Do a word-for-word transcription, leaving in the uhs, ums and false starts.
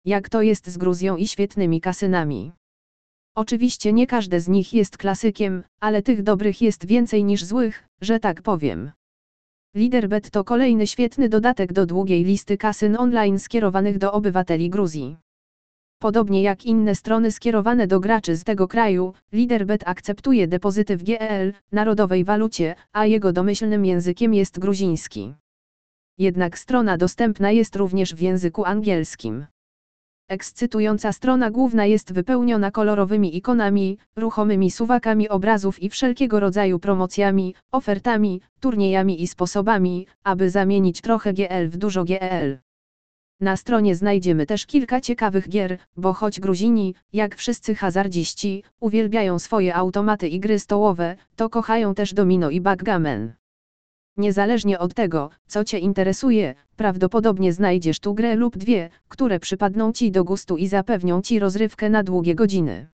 Jak to jest z Gruzją i świetnymi kasynami? Oczywiście nie każde z nich jest klasykiem, ale tych dobrych jest więcej niż złych, że tak powiem. Liderbet to kolejny świetny dodatek do długiej listy kasyn online skierowanych do obywateli Gruzji. Podobnie jak inne strony skierowane do graczy z tego kraju, Liderbet akceptuje depozyty w G E L, narodowej walucie, a jego domyślnym językiem jest gruziński. Jednak strona dostępna jest również w języku angielskim. Ekscytująca strona główna jest wypełniona kolorowymi ikonami, ruchomymi suwakami obrazów i wszelkiego rodzaju promocjami, ofertami, turniejami i sposobami, aby zamienić trochę G E L w dużo G E L. Na stronie znajdziemy też kilka ciekawych gier, bo choć Gruzini, jak wszyscy hazardziści, uwielbiają swoje automaty i gry stołowe, to kochają też domino i backgammon. Niezależnie od tego, co Cię interesuje, prawdopodobnie znajdziesz tu grę lub dwie, które przypadną Ci do gustu i zapewnią Ci rozrywkę na długie godziny.